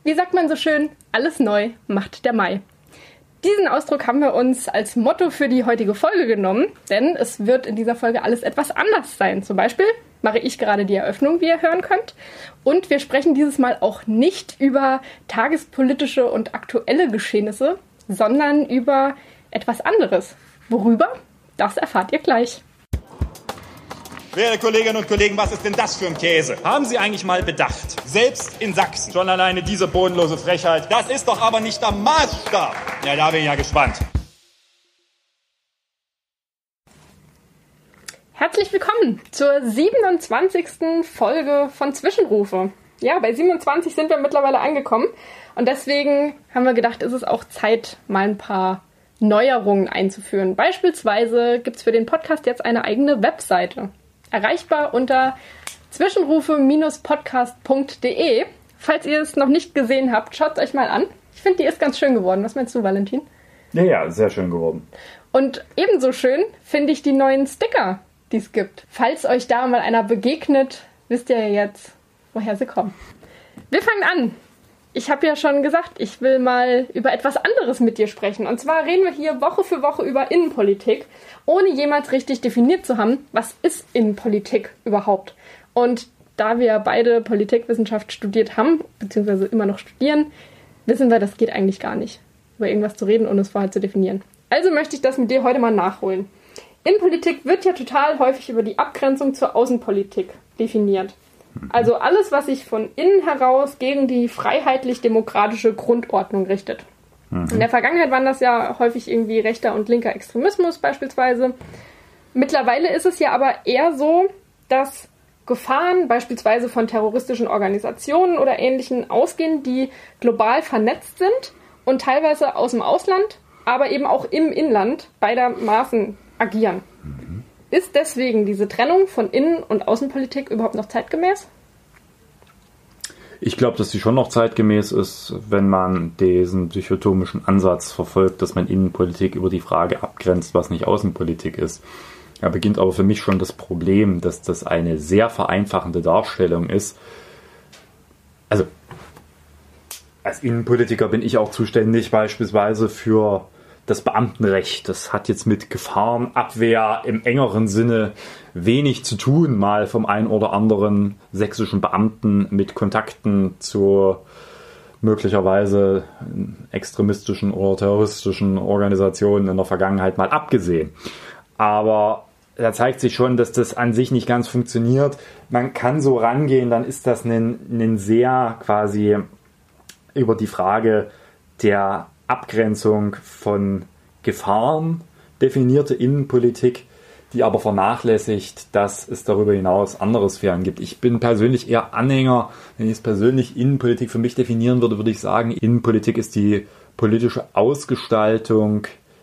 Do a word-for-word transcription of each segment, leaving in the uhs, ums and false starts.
Wie sagt man so schön, alles neu macht der Mai. Diesen Ausdruck haben wir uns als Motto für die heutige Folge genommen, denn es wird in dieser Folge alles etwas anders sein. Zum Beispiel mache ich gerade die Eröffnung, wie ihr hören könnt. Und wir sprechen dieses Mal auch nicht über tagespolitische und aktuelle Geschehnisse, sondern über etwas anderes. Worüber? Das erfahrt ihr gleich. Werte Kolleginnen und Kollegen, was ist denn das für ein Käse? Haben Sie eigentlich mal bedacht? Selbst in Sachsen, schon alleine diese bodenlose Frechheit, das ist doch aber nicht der Maßstab. Ja, da bin ich ja gespannt. Herzlich willkommen zur siebenundzwanzigsten Folge von Zwischenrufe. Ja, bei siebenundzwanzig sind wir mittlerweile angekommen und deswegen haben wir gedacht, ist es auch Zeit, mal ein paar Neuerungen einzuführen. Beispielsweise gibt es für den Podcast jetzt eine eigene Webseite. Erreichbar unter zwischenrufe podcast punkt de. Falls ihr es noch nicht gesehen habt, schaut es euch mal an. Ich finde, die ist ganz schön geworden. Was meinst du, Valentin? Ja, ja, sehr schön geworden. Und ebenso schön finde ich die neuen Sticker, die es gibt. Falls euch da mal einer begegnet, wisst ihr ja jetzt, woher sie kommen. Wir fangen an. Ich habe ja schon gesagt, ich will mal über etwas anderes mit dir sprechen. Und zwar reden wir hier Woche für Woche über Innenpolitik, ohne jemals richtig definiert zu haben, was ist Innenpolitik überhaupt. Und da wir beide Politikwissenschaft studiert haben, beziehungsweise immer noch studieren, wissen wir, das geht eigentlich gar nicht, über irgendwas zu reden, ohne es vorher zu definieren. Also möchte ich das mit dir heute mal nachholen. Innenpolitik wird ja total häufig über die Abgrenzung zur Außenpolitik definiert. Also alles, was sich von innen heraus gegen die freiheitlich-demokratische Grundordnung richtet. Mhm. In der Vergangenheit waren das ja häufig irgendwie rechter und linker Extremismus beispielsweise. Mittlerweile ist es ja aber eher so, dass Gefahren beispielsweise von terroristischen Organisationen oder Ähnlichen ausgehen, die global vernetzt sind und teilweise aus dem Ausland, aber eben auch im Inland beidermaßen agieren. Mhm. Ist deswegen diese Trennung von Innen- und Außenpolitik überhaupt noch zeitgemäß? Ich glaube, dass sie schon noch zeitgemäß ist, wenn man diesen dichotomischen Ansatz verfolgt, dass man Innenpolitik über die Frage abgrenzt, was nicht Außenpolitik ist. Da beginnt aber für mich schon das Problem, dass das eine sehr vereinfachende Darstellung ist. Also, als Innenpolitiker bin ich auch zuständig beispielsweise für das Beamtenrecht. Das hat jetzt mit Gefahrenabwehr im engeren Sinne wenig zu tun, mal vom einen oder anderen sächsischen Beamten mit Kontakten zu möglicherweise extremistischen oder terroristischen Organisationen in der Vergangenheit mal abgesehen. Aber da zeigt sich schon, dass das an sich nicht ganz funktioniert. Man kann so rangehen, dann ist das ein, ein sehr quasi über die Frage der Abgrenzung von Gefahren definierte Innenpolitik, die aber vernachlässigt, dass es darüber hinaus andere Sphären gibt. Ich bin persönlich eher Anhänger, wenn ich es persönlich Innenpolitik für mich definieren würde, würde ich sagen, Innenpolitik ist die politische Ausgestaltung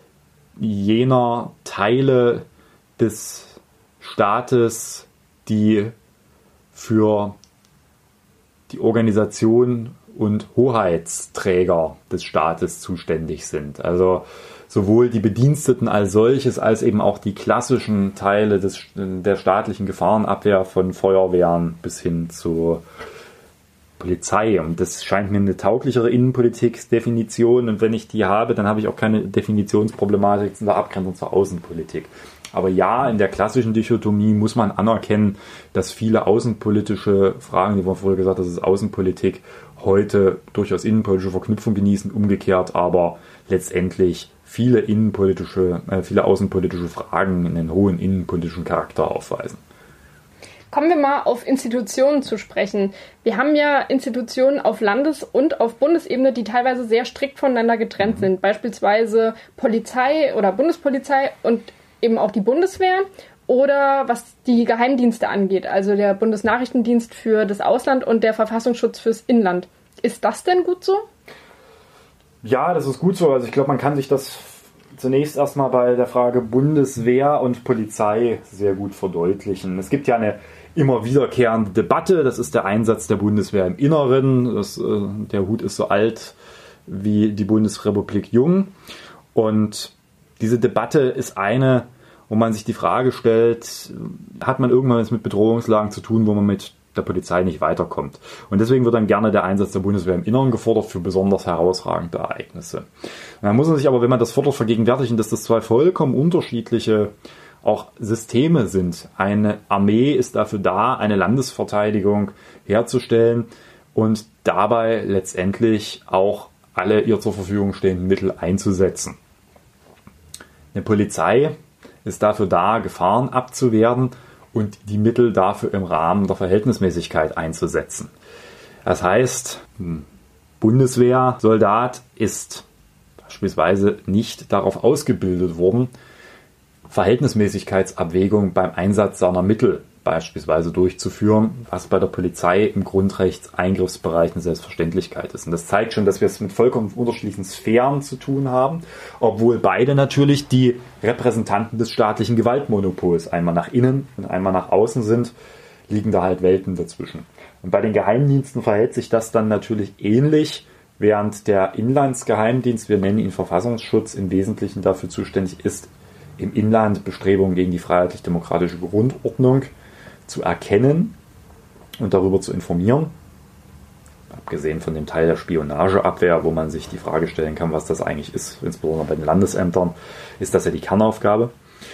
jener Teile des Staates, die für die Organisation und Hoheitsträger des Staates zuständig sind. Also sowohl die Bediensteten als solches, als eben auch die klassischen Teile des, der staatlichen Gefahrenabwehr von Feuerwehren bis hin zu Polizei. Und das scheint mir eine tauglichere Innenpolitik-Definition. Und wenn ich die habe, dann habe ich auch keine Definitionsproblematik in der Abgrenzung zur Außenpolitik. Aber ja, in der klassischen Dichotomie muss man anerkennen, dass viele außenpolitische Fragen, die wir vorher gesagt haben, das ist Außenpolitik, heute durchaus innenpolitische Verknüpfung genießen, umgekehrt aber letztendlich viele innenpolitische, äh, viele außenpolitische Fragen einen hohen innenpolitischen Charakter aufweisen. Kommen wir mal auf Institutionen zu sprechen. Wir haben ja Institutionen auf Landes- und auf Bundesebene, die teilweise sehr strikt voneinander getrennt mhm. sind. Beispielsweise Polizei oder Bundespolizei und eben auch die Bundeswehr. Oder was die Geheimdienste angeht, also der Bundesnachrichtendienst für das Ausland und der Verfassungsschutz fürs Inland. Ist das denn gut so? Ja, das ist gut so. Also ich glaube, man kann sich das zunächst erstmal bei der Frage Bundeswehr und Polizei sehr gut verdeutlichen. Es gibt ja eine immer wiederkehrende Debatte, das ist der Einsatz der Bundeswehr im Inneren. Das, äh, der Hut ist so alt wie die Bundesrepublik jung. Und diese Debatte ist eine, wo man sich die Frage stellt, hat man irgendwann mit Bedrohungslagen zu tun, wo man mit der Polizei nicht weiterkommt. Und deswegen wird dann gerne der Einsatz der Bundeswehr im Inneren gefordert für besonders herausragende Ereignisse. Und dann muss man sich aber, wenn man das fordert, vergegenwärtigen, dass das zwei vollkommen unterschiedliche auch Systeme sind. Eine Armee ist dafür da, eine Landesverteidigung herzustellen und dabei letztendlich auch alle ihr zur Verfügung stehenden Mittel einzusetzen. Eine Polizei ist dafür da, Gefahren abzuwehren und die Mittel dafür im Rahmen der Verhältnismäßigkeit einzusetzen. Das heißt, ein Bundeswehrsoldat ist beispielsweise nicht darauf ausgebildet worden, Verhältnismäßigkeitsabwägung beim Einsatz seiner Mittel beispielsweise durchzuführen, was bei der Polizei im Grundrechtseingriffsbereich eine Selbstverständlichkeit ist. Und das zeigt schon, dass wir es mit vollkommen unterschiedlichen Sphären zu tun haben, obwohl beide natürlich die Repräsentanten des staatlichen Gewaltmonopols einmal nach innen und einmal nach außen sind, liegen da halt Welten dazwischen. Und bei den Geheimdiensten verhält sich das dann natürlich ähnlich, während der Inlandsgeheimdienst, wir nennen ihn Verfassungsschutz, im Wesentlichen dafür zuständig ist, im Inland Bestrebungen gegen die freiheitlich-demokratische Grundordnung zu erkennen und darüber zu informieren. Abgesehen von dem Teil der Spionageabwehr, wo man sich die Frage stellen kann, was das eigentlich ist, insbesondere bei den Landesämtern, ist das ja die Kernaufgabe.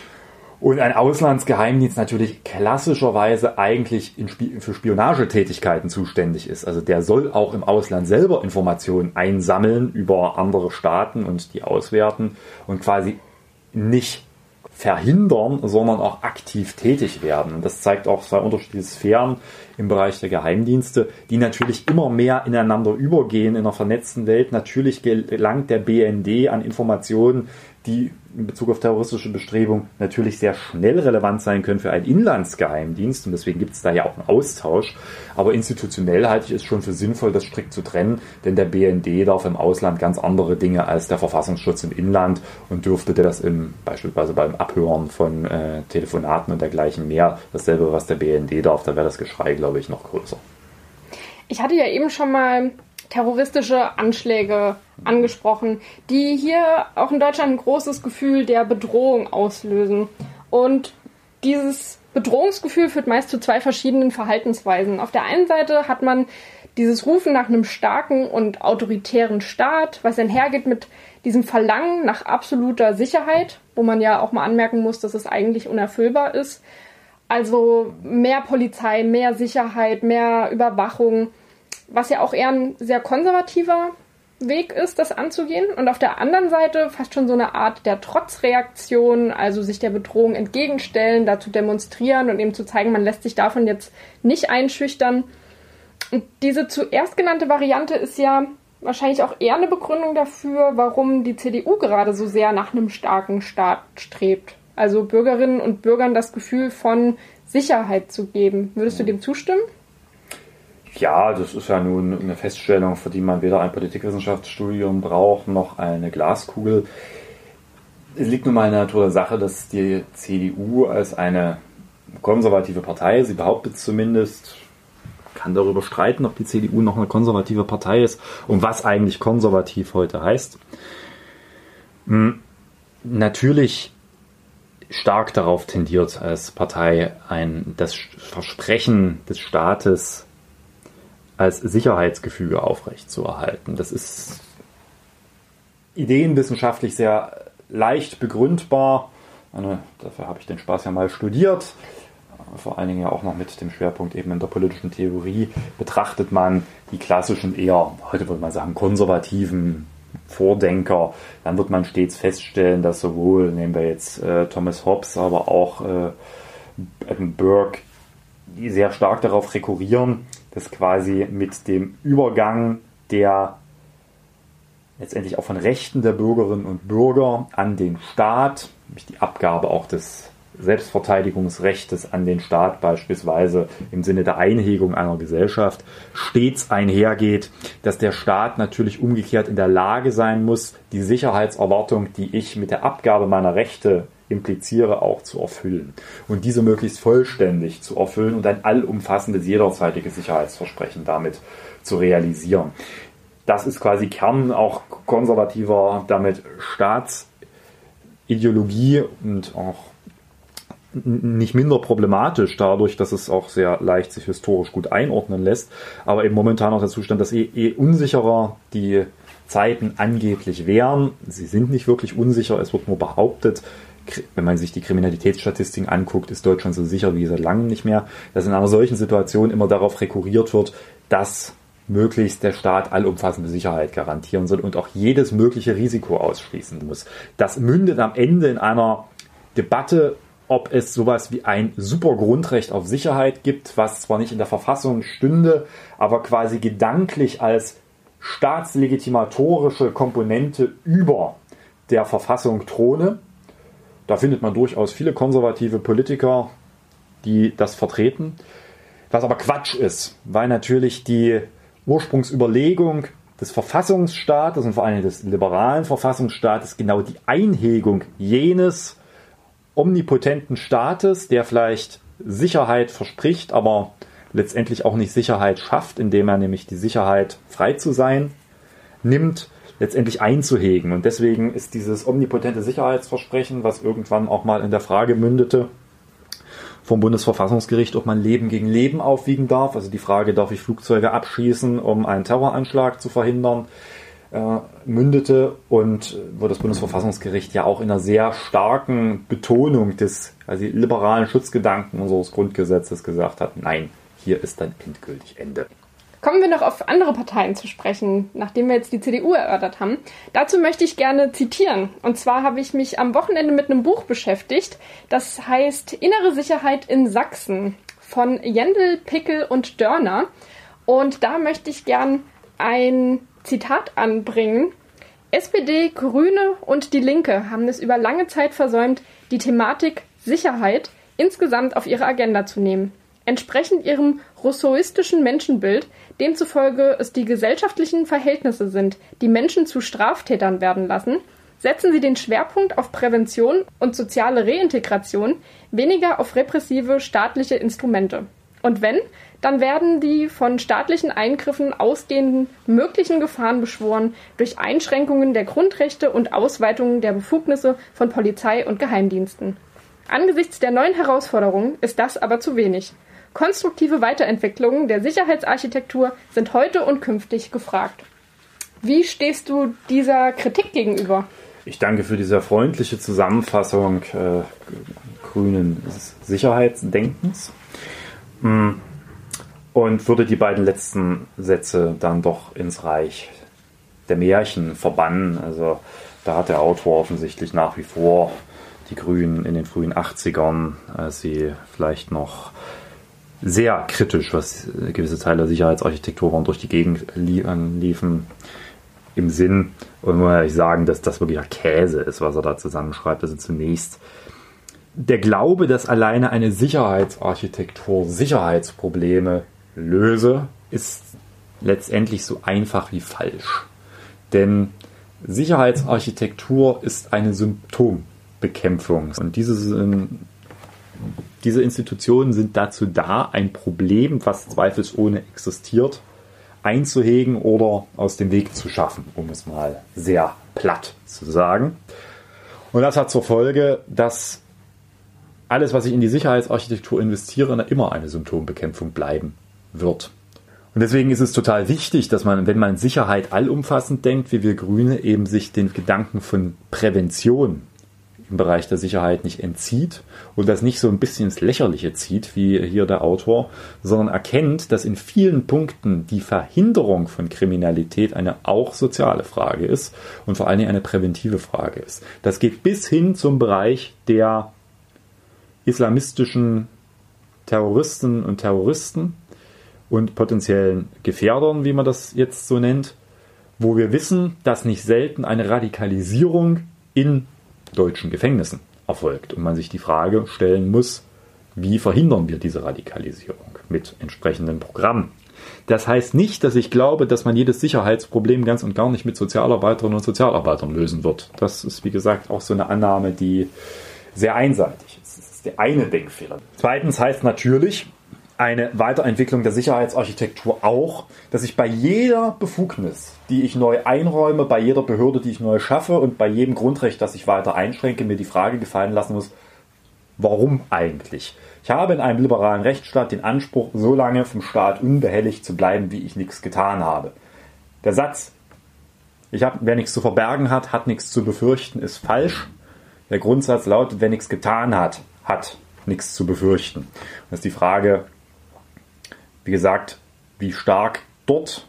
Und ein Auslandsgeheimdienst natürlich klassischerweise eigentlich in Sp- für Spionagetätigkeiten zuständig ist. Also der soll auch im Ausland selber Informationen einsammeln über andere Staaten und die auswerten und quasi nicht verhindern, sondern auch aktiv tätig werden. Das zeigt auch zwei unterschiedliche Sphären im Bereich der Geheimdienste, die natürlich immer mehr ineinander übergehen in einer vernetzten Welt. Natürlich gelangt der B N D an Informationen, die in Bezug auf terroristische Bestrebungen natürlich sehr schnell relevant sein können für einen Inlandsgeheimdienst. Und deswegen gibt es da ja auch einen Austausch. Aber institutionell halte ich es schon für sinnvoll, das strikt zu trennen, denn der B N D darf im Ausland ganz andere Dinge als der Verfassungsschutz im Inland und dürfte der das im, beispielsweise beim Abhören von äh, Telefonaten und dergleichen mehr, dasselbe, was der B N D darf, da wäre das Geschrei, glaube ich, noch größer. Ich hatte ja eben schon mal terroristische Anschläge angesprochen, die hier auch in Deutschland ein großes Gefühl der Bedrohung auslösen. Und dieses Bedrohungsgefühl führt meist zu zwei verschiedenen Verhaltensweisen. Auf der einen Seite hat man dieses Rufen nach einem starken und autoritären Staat, was einhergeht mit diesem Verlangen nach absoluter Sicherheit, wo man ja auch mal anmerken muss, dass es eigentlich unerfüllbar ist. Also mehr Polizei, mehr Sicherheit, mehr Überwachung, was ja auch eher ein sehr konservativer Weg ist, das anzugehen. Und auf der anderen Seite fast schon so eine Art der Trotzreaktion, also sich der Bedrohung entgegenstellen, dazu demonstrieren und eben zu zeigen, man lässt sich davon jetzt nicht einschüchtern. Und diese zuerst genannte Variante ist ja wahrscheinlich auch eher eine Begründung dafür, warum die C D U gerade so sehr nach einem starken Staat strebt. Also Bürgerinnen und Bürgern das Gefühl von Sicherheit zu geben. Würdest du dem zustimmen? Ja, das ist ja nun eine Feststellung, für die man weder ein Politikwissenschaftsstudium braucht, noch eine Glaskugel. Es liegt nun mal in der Natur der Sache, dass die C D U als eine konservative Partei, sie behauptet zumindest, kann darüber streiten, ob die C D U noch eine konservative Partei ist und was eigentlich konservativ heute heißt. Natürlich stark darauf tendiert, als Partei ein, das Versprechen des Staates als Sicherheitsgefüge aufrechtzuerhalten. Das ist ideenwissenschaftlich sehr leicht begründbar. Meine, dafür habe ich den Spaß ja mal studiert. Vor allen Dingen ja auch noch mit dem Schwerpunkt eben in der politischen Theorie betrachtet man die klassischen, eher, heute würde man sagen, konservativen Vordenker. Dann wird man stets feststellen, dass sowohl, nehmen wir jetzt äh, Thomas Hobbes, aber auch äh, Edmund Burke, die sehr stark darauf rekurrieren, dass quasi mit dem Übergang der letztendlich auch von Rechten der Bürgerinnen und Bürger an den Staat, nämlich die Abgabe auch des Selbstverteidigungsrechtes an den Staat beispielsweise im Sinne der Einhegung einer Gesellschaft, stets einhergeht, dass der Staat natürlich umgekehrt in der Lage sein muss, die Sicherheitserwartung, die ich mit der Abgabe meiner Rechte impliziere, auch zu erfüllen. Und diese möglichst vollständig zu erfüllen und ein allumfassendes, jederzeitiges Sicherheitsversprechen damit zu realisieren. Das ist quasi Kern auch konservativer, damit Staatsideologie und auch nicht minder problematisch dadurch, dass es auch sehr leicht sich historisch gut einordnen lässt, aber eben momentan auch der Zustand, dass eh, eh unsicherer die Zeiten angeblich wären. Sie sind nicht wirklich unsicher, es wird nur behauptet, wenn man sich die Kriminalitätsstatistiken anguckt, ist Deutschland so sicher wie seit langem nicht mehr, dass in einer solchen Situation immer darauf rekurriert wird, dass möglichst der Staat allumfassende Sicherheit garantieren soll und auch jedes mögliche Risiko ausschließen muss. Das mündet am Ende in einer Debatte, ob es sowas wie ein super Grundrecht auf Sicherheit gibt, was zwar nicht in der Verfassung stünde, aber quasi gedanklich als staatslegitimatorische Komponente über der Verfassung throne. Da findet man durchaus viele konservative Politiker, die das vertreten. Was aber Quatsch ist, weil natürlich die Ursprungsüberlegung des Verfassungsstaates und vor allem des liberalen Verfassungsstaates genau die Einhegung jenes omnipotenten Staates, der vielleicht Sicherheit verspricht, aber letztendlich auch nicht Sicherheit schafft, indem er nämlich die Sicherheit, frei zu sein, nimmt, letztendlich einzuhegen. Und deswegen ist dieses omnipotente Sicherheitsversprechen, was irgendwann auch mal in der Frage mündete, vom Bundesverfassungsgericht, ob man Leben gegen Leben aufwiegen darf. Also die Frage, darf ich Flugzeuge abschießen, um einen Terroranschlag zu verhindern, äh, mündete und wo das Bundesverfassungsgericht ja auch in einer sehr starken Betonung des also liberalen Schutzgedanken unseres Grundgesetzes gesagt hat, nein, hier ist dann endgültig Ende. Kommen wir noch auf andere Parteien zu sprechen, nachdem wir jetzt die C D U erörtert haben. Dazu möchte ich gerne zitieren. Und zwar habe ich mich am Wochenende mit einem Buch beschäftigt. Das heißt Innere Sicherheit in Sachsen von Jendel, Pickel und Dörner. Und da möchte ich gern ein Zitat anbringen. S P D, Grüne und die Linke haben es über lange Zeit versäumt, die Thematik Sicherheit insgesamt auf ihre Agenda zu nehmen. Entsprechend ihrem rousseauistischen Menschenbild, demzufolge es die gesellschaftlichen Verhältnisse sind, die Menschen zu Straftätern werden lassen, setzen sie den Schwerpunkt auf Prävention und soziale Reintegration, weniger auf repressive staatliche Instrumente. Und wenn, dann werden die von staatlichen Eingriffen ausgehenden möglichen Gefahren beschworen durch Einschränkungen der Grundrechte und Ausweitungen der Befugnisse von Polizei und Geheimdiensten. Angesichts der neuen Herausforderungen ist das aber zu wenig. Konstruktive Weiterentwicklungen der Sicherheitsarchitektur sind heute und künftig gefragt. Wie stehst du dieser Kritik gegenüber? Ich danke für diese freundliche Zusammenfassung äh, grünen Sicherheitsdenkens und würde die beiden letzten Sätze dann doch ins Reich der Märchen verbannen. Also da hat der Autor offensichtlich nach wie vor die Grünen in den frühen achtzigern, als sie vielleicht noch sehr kritisch, was gewisse Teile der Sicherheitsarchitektur waren, durch die Gegend liefen, im Sinn. Und muss ich sagen, dass das wirklich Käse ist, was er da zusammenschreibt. Also zunächst der Glaube, dass alleine eine Sicherheitsarchitektur Sicherheitsprobleme löse, ist letztendlich so einfach wie falsch. Denn Sicherheitsarchitektur ist eine Symptombekämpfung. Und diese, diese Institutionen sind dazu da, ein Problem, was zweifelsohne existiert, einzuhegen oder aus dem Weg zu schaffen, um es mal sehr platt zu sagen. Und das hat zur Folge, dass alles, was ich in die Sicherheitsarchitektur investiere, immer eine Symptombekämpfung bleiben wird. Und deswegen ist es total wichtig, dass man, wenn man Sicherheit allumfassend denkt, wie wir Grüne, eben sich den Gedanken von Prävention im Bereich der Sicherheit nicht entzieht und das nicht so ein bisschen ins Lächerliche zieht, wie hier der Autor, sondern erkennt, dass in vielen Punkten die Verhinderung von Kriminalität eine auch soziale Frage ist und vor allen Dingen eine präventive Frage ist. Das geht bis hin zum Bereich der islamistischen Terroristen und Terroristen und potenziellen Gefährdern, wie man das jetzt so nennt, wo wir wissen, dass nicht selten eine Radikalisierung in deutschen Gefängnissen erfolgt und man sich die Frage stellen muss, wie verhindern wir diese Radikalisierung mit entsprechenden Programmen. Das heißt nicht, dass ich glaube, dass man jedes Sicherheitsproblem ganz und gar nicht mit Sozialarbeiterinnen und Sozialarbeitern lösen wird. Das ist, wie gesagt, auch so eine Annahme, die sehr einseitig ist. Das ist der eine Denkfehler. Zweitens heißt natürlich eine Weiterentwicklung der Sicherheitsarchitektur auch, dass ich bei jeder Befugnis, die ich neu einräume, bei jeder Behörde, die ich neu schaffe und bei jedem Grundrecht, das ich weiter einschränke, mir die Frage gefallen lassen muss, Warum eigentlich? Ich habe in einem liberalen Rechtsstaat den Anspruch, so lange vom Staat unbehelligt zu bleiben, wie ich nichts getan habe. Der Satz, ich hab, wer nichts zu verbergen hat, hat nichts zu befürchten, ist falsch. Der Grundsatz lautet, wer nichts getan hat, hat nichts zu befürchten. Das ist die Frage, wie gesagt, wie stark dort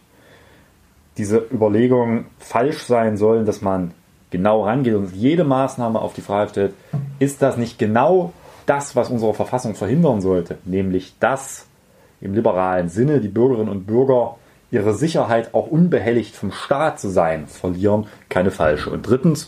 diese Überlegungen falsch sein sollen, dass man genau rangeht und jede Maßnahme auf die Frage stellt, ist das nicht genau das, was unsere Verfassung verhindern sollte? Nämlich, dass im liberalen Sinne die Bürgerinnen und Bürger ihre Sicherheit auch unbehelligt vom Staat zu sein verlieren, keine falsche. Und drittens,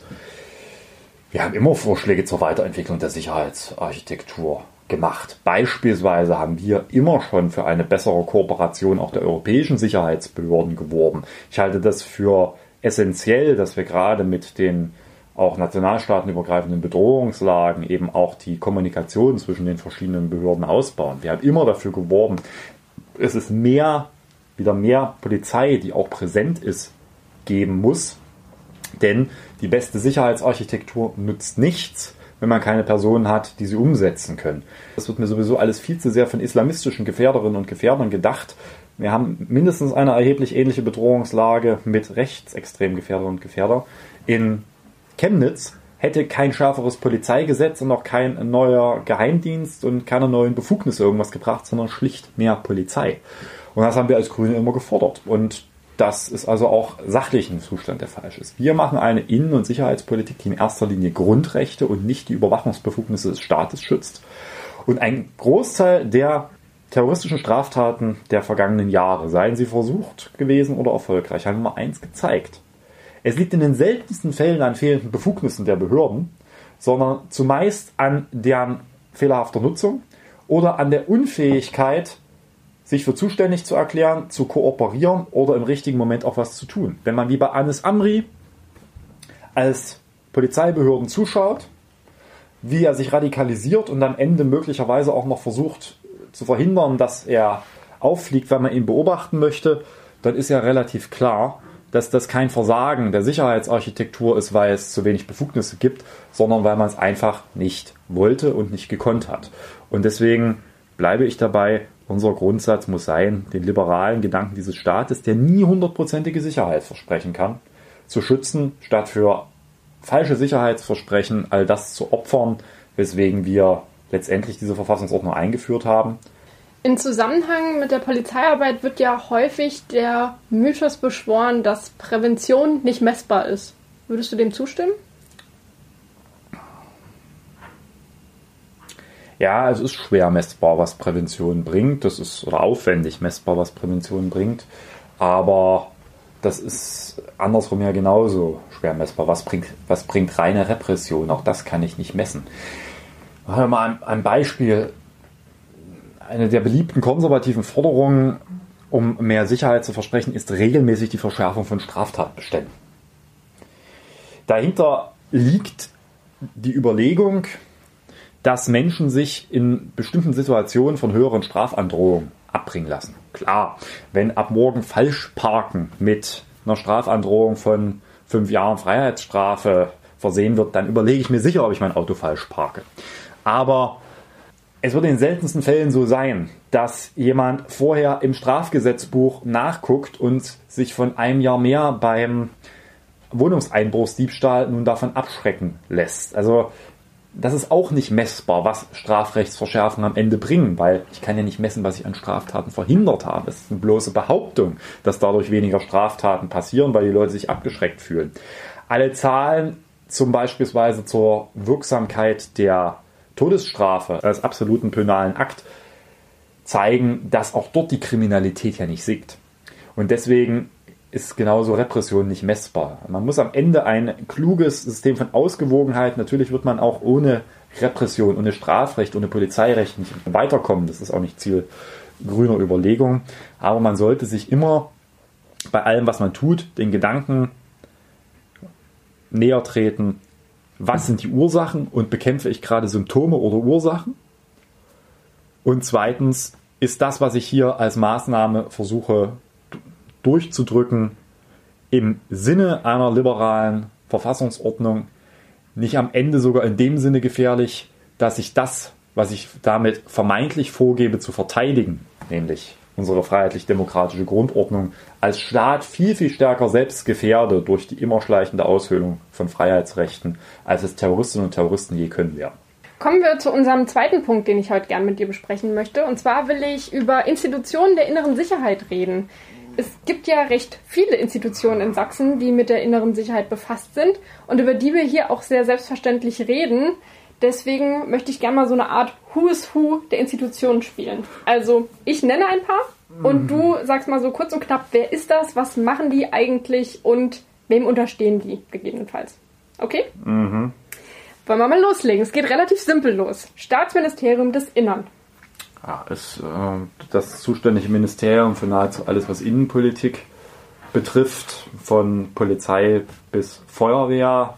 wir haben immer Vorschläge zur Weiterentwicklung der Sicherheitsarchitektur gemacht. Beispielsweise haben wir immer schon für eine bessere Kooperation auch der europäischen Sicherheitsbehörden geworben. Ich halte das für essentiell, dass wir gerade mit den auch nationalstaatenübergreifenden Bedrohungslagen eben auch die Kommunikation zwischen den verschiedenen Behörden ausbauen. Wir haben immer dafür geworben, es ist mehr, wieder mehr Polizei, die auch präsent ist, geben muss. Denn die beste Sicherheitsarchitektur nützt nichts, wenn man keine Personen hat, die sie umsetzen können. Das wird mir sowieso alles viel zu sehr von islamistischen Gefährderinnen und Gefährdern gedacht. Wir haben mindestens eine erheblich ähnliche Bedrohungslage mit rechtsextremen Gefährderinnen und Gefährder. In Chemnitz hätte kein schärferes Polizeigesetz und auch kein neuer Geheimdienst und keine neuen Befugnisse irgendwas gebracht, sondern schlicht mehr Polizei. Und das haben wir als Grüne immer gefordert. Und das ist also auch sachlich ein Zustand, der falsch ist. Wir machen eine Innen- und Sicherheitspolitik, die in erster Linie Grundrechte und nicht die Überwachungsbefugnisse des Staates schützt. Und ein Großteil der terroristischen Straftaten der vergangenen Jahre, seien sie versucht gewesen oder erfolgreich, haben nur eins gezeigt. Es liegt in den seltensten Fällen an fehlenden Befugnissen der Behörden, sondern zumeist an deren fehlerhafter Nutzung oder an der Unfähigkeit, sich für zuständig zu erklären, zu kooperieren oder im richtigen Moment auch was zu tun. Wenn man wie bei Anis Amri als Polizeibehörden zuschaut, wie er sich radikalisiert und am Ende möglicherweise auch noch versucht zu verhindern, dass er auffliegt, weil man ihn beobachten möchte, dann ist ja relativ klar, dass das kein Versagen der Sicherheitsarchitektur ist, weil es zu wenig Befugnisse gibt, sondern weil man es einfach nicht wollte und nicht gekonnt hat. Und deswegen bleibe ich dabei, unser Grundsatz muss sein, den liberalen Gedanken dieses Staates, der nie hundertprozentige Sicherheit versprechen kann, zu schützen, statt für falsche Sicherheitsversprechen all das zu opfern, weswegen wir letztendlich diese Verfassungsordnung eingeführt haben. In Zusammenhang mit der Polizeiarbeit wird ja häufig der Mythos beschworen, dass Prävention nicht messbar ist. Würdest du dem zustimmen? Ja, es ist schwer messbar, was Prävention bringt. Das ist oder aufwendig messbar, was Prävention bringt. Aber das ist andersrum ja genauso schwer messbar. Was bringt, was bringt reine Repression? Auch das kann ich nicht messen. Machen wir mal ein, ein Beispiel. Eine der beliebten konservativen Forderungen, um mehr Sicherheit zu versprechen, ist regelmäßig die Verschärfung von Straftatbeständen. Dahinter liegt die Überlegung, dass Menschen sich in bestimmten Situationen von höheren Strafandrohungen abbringen lassen. Klar, wenn ab morgen Falschparken mit einer Strafandrohung von fünf Jahren Freiheitsstrafe versehen wird, dann überlege ich mir sicher, ob ich mein Auto falsch parke. Aber es wird in den seltensten Fällen so sein, dass jemand vorher im Strafgesetzbuch nachguckt und sich von einem Jahr mehr beim Wohnungseinbruchsdiebstahl nun davon abschrecken lässt. Also das ist auch nicht messbar, was Strafrechtsverschärfungen am Ende bringen, weil ich kann ja nicht messen, was ich an Straftaten verhindert habe. Es ist eine bloße Behauptung, dass dadurch weniger Straftaten passieren, weil die Leute sich abgeschreckt fühlen. Alle Zahlen zum beispielsweise zur Wirksamkeit der Todesstrafe als absoluten penalen Akt zeigen, dass auch dort die Kriminalität ja nicht sinkt. Und deswegen ist genauso Repression nicht messbar. Man muss am Ende ein kluges System von Ausgewogenheit, natürlich wird man auch ohne Repression, ohne Strafrecht, ohne Polizeirecht nicht weiterkommen. Das ist auch nicht Ziel grüner Überlegung. Aber man sollte sich immer bei allem, was man tut, den Gedanken näher treten, was sind die Ursachen und bekämpfe ich gerade Symptome oder Ursachen? Und zweitens, ist das, was ich hier als Maßnahme versuche durchzudrücken, im Sinne einer liberalen Verfassungsordnung nicht am Ende sogar in dem Sinne gefährlich, dass ich das, was ich damit vermeintlich vorgebe zu verteidigen, nämlich unsere freiheitlich-demokratische Grundordnung, als Staat viel, viel stärker selbst gefährde durch die immer schleichende Aushöhlung von Freiheitsrechten, als es Terroristinnen und Terroristen je können werden. Kommen wir zu unserem zweiten Punkt, den ich heute gern mit dir besprechen möchte. Und zwar will ich über Institutionen der inneren Sicherheit reden. Es gibt ja recht viele Institutionen in Sachsen, die mit der inneren Sicherheit befasst sind und über die wir hier auch sehr selbstverständlich reden. Deswegen möchte ich gerne mal so eine Art Who is Who der Institutionen spielen. Also ich nenne ein paar und du sagst mal so kurz und knapp, wer ist das, was machen die eigentlich und wem unterstehen die gegebenenfalls. Okay? Mhm. Wollen wir mal loslegen. Es geht relativ simpel los. Staatsministerium des Innern. Ja, ist äh, das zuständige Ministerium für nahezu alles, was Innenpolitik betrifft, von Polizei bis Feuerwehr.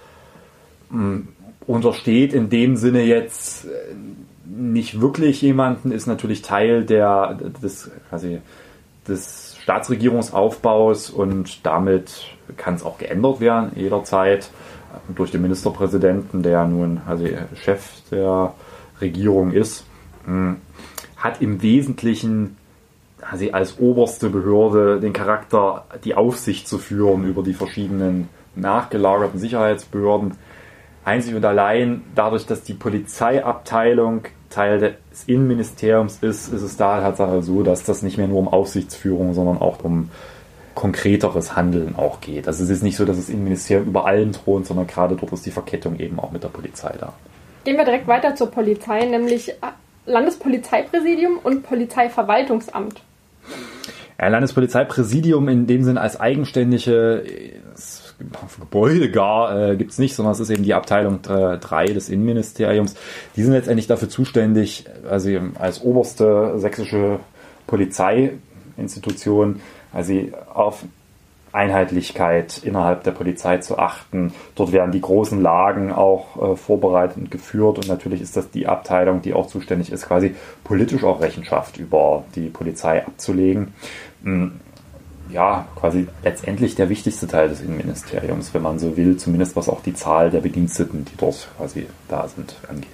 Mh, untersteht in dem Sinne jetzt nicht wirklich jemanden, ist natürlich Teil der, des, quasi des Staatsregierungsaufbaus und damit kann es auch geändert werden jederzeit durch den Ministerpräsidenten, der nun also Chef der Regierung ist, hat im Wesentlichen also als oberste Behörde den Charakter, die Aufsicht zu führen über die verschiedenen nachgelagerten Sicherheitsbehörden. Einzig und allein dadurch, dass die Polizeiabteilung Teil des Innenministeriums ist, ist es da Tatsache so, dass das nicht mehr nur um Aufsichtsführung, sondern auch um konkreteres Handeln auch geht. Also es ist nicht so, dass das Innenministerium über allem thront, sondern gerade dort ist die Verkettung eben auch mit der Polizei da. Gehen wir direkt weiter zur Polizei, nämlich Landespolizeipräsidium und Polizeiverwaltungsamt. Ja, Landespolizeipräsidium in dem Sinn als eigenständige Gebäude gar äh, gibt es nicht, sondern es ist eben die Abteilung drei des Innenministeriums. Die sind letztendlich dafür zuständig, also als oberste sächsische Polizeiinstitution, also auf Einheitlichkeit innerhalb der Polizei zu achten. Dort werden die großen Lagen auch äh, vorbereitet und geführt und natürlich ist das die Abteilung, die auch zuständig ist, quasi politisch auch Rechenschaft über die Polizei abzulegen. Mhm. Ja, quasi letztendlich der wichtigste Teil des Innenministeriums, wenn man so will, zumindest was auch die Zahl der Bediensteten, die dort quasi da sind, angeht.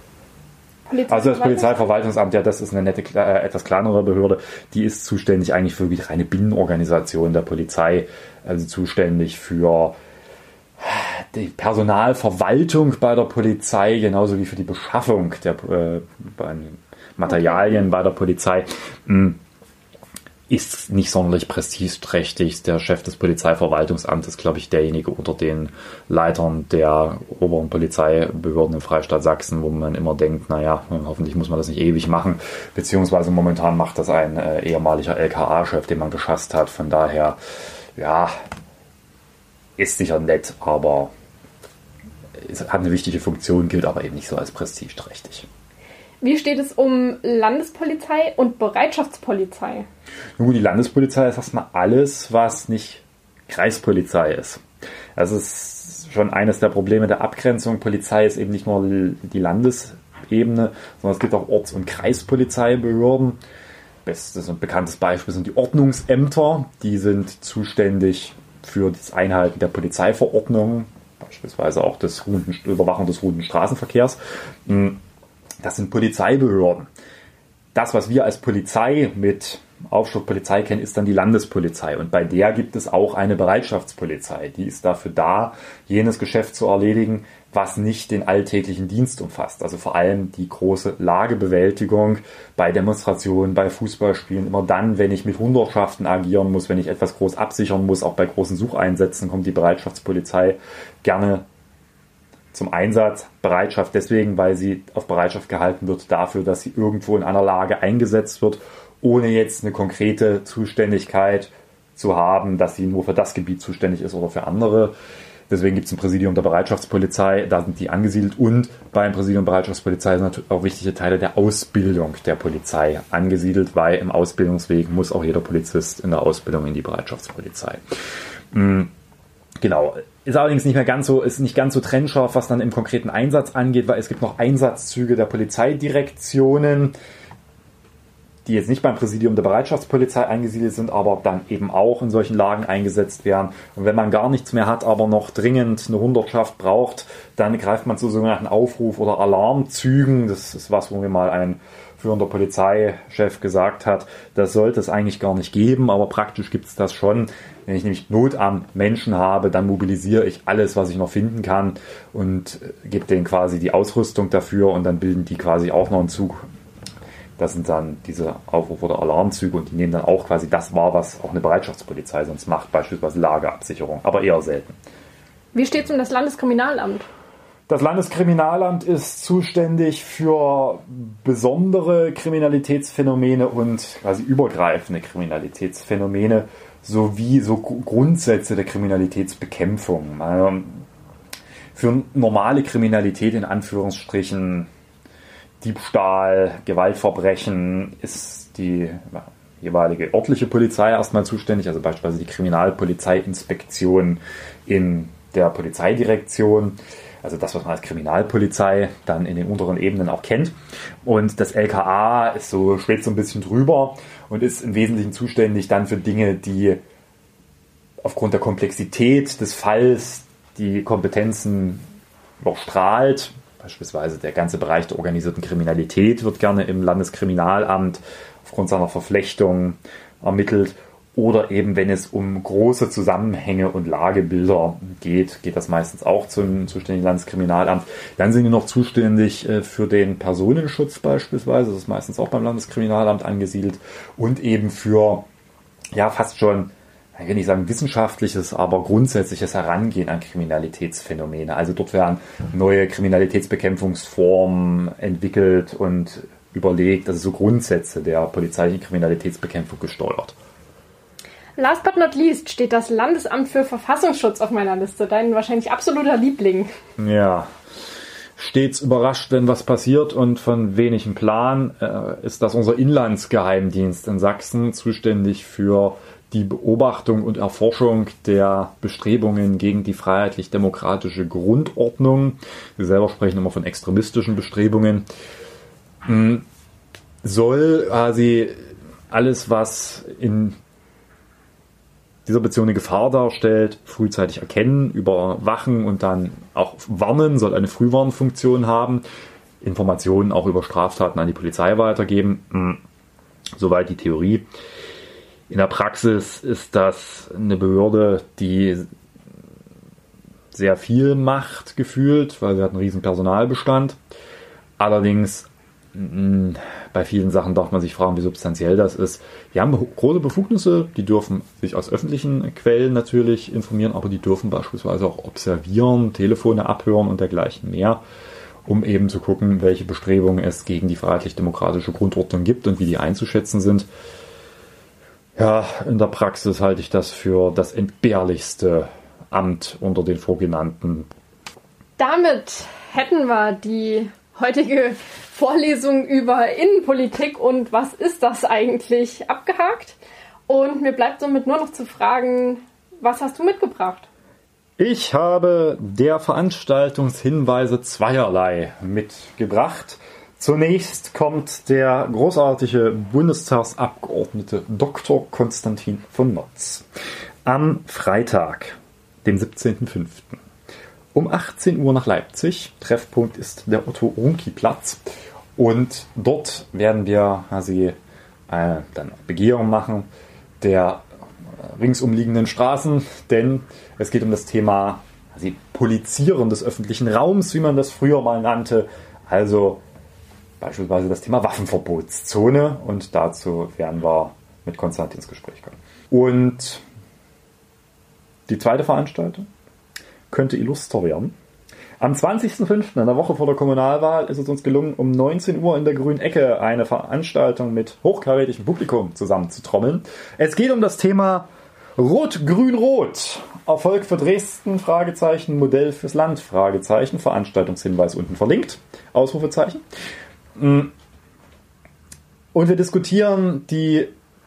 Also das Polizeiverwaltungsamt, ja, das ist eine nette, äh, etwas kleinere Behörde, die ist zuständig eigentlich für die reine Binnenorganisation der Polizei, also zuständig für die Personalverwaltung bei der Polizei, genauso wie für die Beschaffung der äh, Materialien bei der Polizei. Mhm. Ist nicht sonderlich prestigeträchtig. Der Chef des Polizeiverwaltungsamtes ist, glaube ich, derjenige unter den Leitern der oberen Polizeibehörden im Freistaat Sachsen, wo man immer denkt, naja, hoffentlich muss man das nicht ewig machen, beziehungsweise momentan macht das ein äh, ehemaliger L K A-Chef, den man geschasst hat. Von daher, ja, ist sicher nett, aber es hat eine wichtige Funktion, gilt aber eben nicht so als prestigeträchtig. Wie steht es um Landespolizei und Bereitschaftspolizei? Nun, die Landespolizei ist erstmal alles, was nicht Kreispolizei ist. Das ist schon eines der Probleme der Abgrenzung. Polizei ist eben nicht nur die Landesebene, sondern es gibt auch Orts- und Kreispolizeibehörden. Bestes und bekanntes Beispiel sind die Ordnungsämter. Die sind zuständig für das Einhalten der Polizeiverordnungen, beispielsweise auch des ruhenden, Überwachung des ruhenden Straßenverkehrs. Das sind Polizeibehörden. Das, was wir als Polizei mit Aufschrift Polizei kennen, ist dann die Landespolizei. Und bei der gibt es auch eine Bereitschaftspolizei. Die ist dafür da, jenes Geschäft zu erledigen, was nicht den alltäglichen Dienst umfasst. Also vor allem die große Lagebewältigung bei Demonstrationen, bei Fußballspielen. Immer dann, wenn ich mit Hundertschaften agieren muss, wenn ich etwas groß absichern muss, auch bei großen Sucheinsätzen, kommt die Bereitschaftspolizei gerne zum Einsatz. Bereitschaft deswegen, weil sie auf Bereitschaft gehalten wird dafür, dass sie irgendwo in einer Lage eingesetzt wird, ohne jetzt eine konkrete Zuständigkeit zu haben, dass sie nur für das Gebiet zuständig ist oder für andere. Deswegen gibt es ein Präsidium der Bereitschaftspolizei, da sind die angesiedelt und beim Präsidium der Bereitschaftspolizei sind natürlich auch wichtige Teile der Ausbildung der Polizei angesiedelt, weil im Ausbildungsweg muss auch jeder Polizist in der Ausbildung in die Bereitschaftspolizei. Genau. Ist allerdings nicht mehr ganz so, ist nicht ganz so trennscharf, was dann im konkreten Einsatz angeht, weil es gibt noch Einsatzzüge der Polizeidirektionen. die jetzt nicht beim Präsidium der Bereitschaftspolizei eingesiedelt sind, aber dann eben auch in solchen Lagen eingesetzt werden. Und wenn man gar nichts mehr hat, aber noch dringend eine Hundertschaft braucht, dann greift man zu sogenannten Aufruf- oder Alarmzügen. Das ist was, wo mir mal ein führender Polizeichef gesagt hat, das sollte es eigentlich gar nicht geben, aber praktisch gibt es das schon. Wenn ich nämlich Not am Menschen habe, dann mobilisiere ich alles, was ich noch finden kann und gebe denen quasi die Ausrüstung dafür und dann bilden die quasi auch noch einen Zug. Das sind dann diese Aufruf- oder Alarmzüge und die nehmen dann auch quasi das wahr, was auch eine Bereitschaftspolizei sonst macht, beispielsweise Lagerabsicherung, aber eher selten. Wie steht es um das Landeskriminalamt? Das Landeskriminalamt ist zuständig für besondere Kriminalitätsphänomene und quasi übergreifende Kriminalitätsphänomene sowie so Grundsätze der Kriminalitätsbekämpfung. Also für normale Kriminalität in Anführungsstrichen, Diebstahl, Gewaltverbrechen ist die jeweilige örtliche Polizei erstmal zuständig, also beispielsweise die Kriminalpolizeiinspektion in der Polizeidirektion. Also das, was man als Kriminalpolizei dann in den unteren Ebenen auch kennt. Und das L K A ist so, schwebt so ein bisschen drüber und ist im Wesentlichen zuständig dann für Dinge, die aufgrund der Komplexität des Falls die Kompetenzen überstrahlt. Beispielsweise der ganze Bereich der organisierten Kriminalität wird gerne im Landeskriminalamt aufgrund seiner Verflechtung ermittelt. Oder eben, wenn es um große Zusammenhänge und Lagebilder geht, geht das meistens auch zum zuständigen Landeskriminalamt. Dann sind die noch zuständig für den Personenschutz beispielsweise, das ist meistens auch beim Landeskriminalamt angesiedelt. Und eben für, ja, fast schon, ich will nicht sagen wissenschaftliches, aber grundsätzliches Herangehen an Kriminalitätsphänomene. Also dort werden neue Kriminalitätsbekämpfungsformen entwickelt und überlegt, also so Grundsätze der polizeilichen Kriminalitätsbekämpfung gesteuert. Last but not least steht das Landesamt für Verfassungsschutz auf meiner Liste. Dein wahrscheinlich absoluter Liebling. Ja, stets überrascht, wenn was passiert und von wenigem Plan, äh, ist das unser Inlandsgeheimdienst in Sachsen zuständig für die Beobachtung und Erforschung der Bestrebungen gegen die freiheitlich-demokratische Grundordnung. Sie selber sprechen immer von extremistischen Bestrebungen. Hm, soll quasi alles, was in dieser Beziehung eine Gefahr darstellt, frühzeitig erkennen, überwachen und dann auch warnen, soll eine Frühwarnfunktion haben, Informationen auch über Straftaten an die Polizei weitergeben. Soweit die Theorie. In der Praxis ist das eine Behörde, die sehr viel macht, gefühlt, weil sie hat einen riesen Personalbestand. Allerdings bei vielen Sachen darf man sich fragen, wie substanziell das ist. Die haben große Befugnisse, die dürfen sich aus öffentlichen Quellen natürlich informieren, aber die dürfen beispielsweise auch observieren, Telefone abhören und dergleichen mehr, um eben zu gucken, welche Bestrebungen es gegen die freiheitlich-demokratische Grundordnung gibt und wie die einzuschätzen sind. Ja, in der Praxis halte ich das für das entbehrlichste Amt unter den vorgenannten. Damit hätten wir die heutige Vorlesung über Innenpolitik und was ist das eigentlich abgehakt. Und mir bleibt somit nur noch zu fragen, was hast du mitgebracht? Ich habe der Veranstaltungshinweise zweierlei mitgebracht. Zunächst kommt der großartige Bundestagsabgeordnete Doktor Konstantin von Notz am Freitag, dem siebzehnten fünften um achtzehn Uhr nach Leipzig. Treffpunkt ist der Otto-Runke-Platz. Und dort werden wir quasi äh, dann Begehung machen der ringsumliegenden Straßen, denn es geht um das Thema also Polizieren des öffentlichen Raums, wie man das früher mal nannte. Also beispielsweise das Thema Waffenverbotszone, und dazu werden wir mit Konstantin ins Gespräch kommen. Und die zweite Veranstaltung könnte illustrer werden. Am zwanzigsten fünften in der Woche vor der Kommunalwahl ist es uns gelungen, um neunzehn Uhr in der Grünen Ecke eine Veranstaltung mit hochkarätigem Publikum zusammenzutrommeln. Es geht um das Thema Rot-Grün-Rot. Erfolg für Dresden, Fragezeichen, Modell fürs Land, Fragezeichen, Veranstaltungshinweis unten verlinkt, Ausrufezeichen. Und wir diskutieren die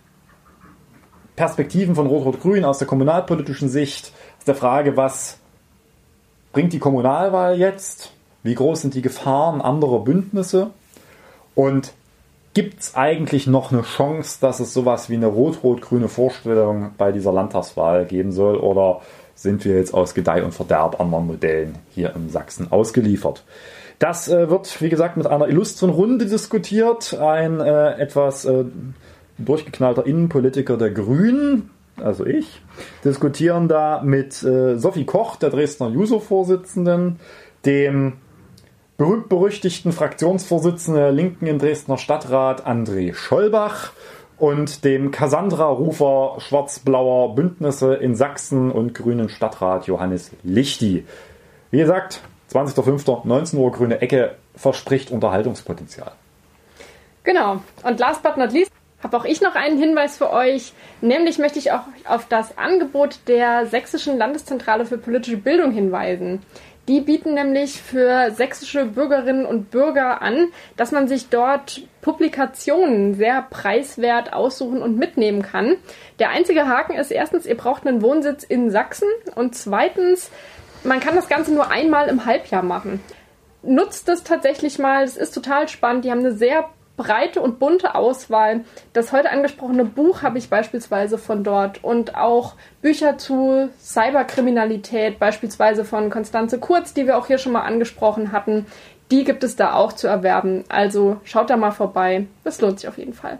Perspektiven von Rot-Rot-Grün aus der kommunalpolitischen Sicht, aus der Frage, was bringt die Kommunalwahl jetzt? Wie groß sind die Gefahren anderer Bündnisse? Und gibt es eigentlich noch eine Chance, dass es sowas wie eine rot-rot-grüne Vorstellung bei dieser Landtagswahl geben soll? Oder sind wir jetzt aus Gedeih und Verderb anderen Modellen hier in Sachsen ausgeliefert? Das äh, wird, wie gesagt, mit einer illustren Runde diskutiert. Ein äh, etwas äh, durchgeknallter Innenpolitiker der Grünen, also ich, diskutieren da mit äh, Sophie Koch, der Dresdner Juso-Vorsitzenden, dem berühmt-berüchtigten Fraktionsvorsitzenden der Linken im Dresdner Stadtrat André Schollbach und dem Cassandra-Rufer schwarz-blauer Bündnisse in Sachsen und grünen Stadtrat Johannes Lichty. Wie gesagt, zwanzigster fünfter neunzehn Uhr, grüne Ecke, verspricht Unterhaltungspotenzial. Genau. Und last but not least habe auch ich noch einen Hinweis für euch. Nämlich möchte ich auch auf das Angebot der Sächsischen Landeszentrale für politische Bildung hinweisen. Die bieten nämlich für sächsische Bürgerinnen und Bürger an, dass man sich dort Publikationen sehr preiswert aussuchen und mitnehmen kann. Der einzige Haken ist erstens, ihr braucht einen Wohnsitz in Sachsen und zweitens, man kann das Ganze nur einmal im Halbjahr machen. Nutzt es tatsächlich mal, es ist total spannend. Die haben eine sehr breite und bunte Auswahl. Das heute angesprochene Buch habe ich beispielsweise von dort und auch Bücher zu Cyberkriminalität, beispielsweise von Konstanze Kurz, die wir auch hier schon mal angesprochen hatten. Die gibt es da auch zu erwerben. Also schaut da mal vorbei. Das lohnt sich auf jeden Fall.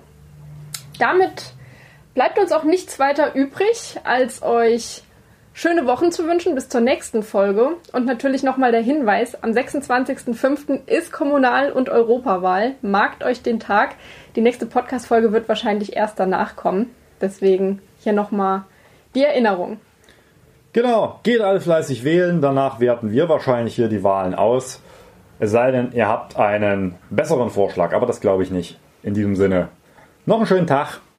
Damit bleibt uns auch nichts weiter übrig, als euch schöne Wochen zu wünschen bis zur nächsten Folge. Und natürlich nochmal der Hinweis, am sechsundzwanzigsten fünften ist Kommunal- und Europawahl. Markt euch den Tag. Die nächste Podcast-Folge wird wahrscheinlich erst danach kommen. Deswegen hier nochmal die Erinnerung. Genau, geht alle fleißig wählen. Danach werten wir wahrscheinlich hier die Wahlen aus. Es sei denn, ihr habt einen besseren Vorschlag. Aber das glaube ich nicht. In diesem Sinne, noch einen schönen Tag.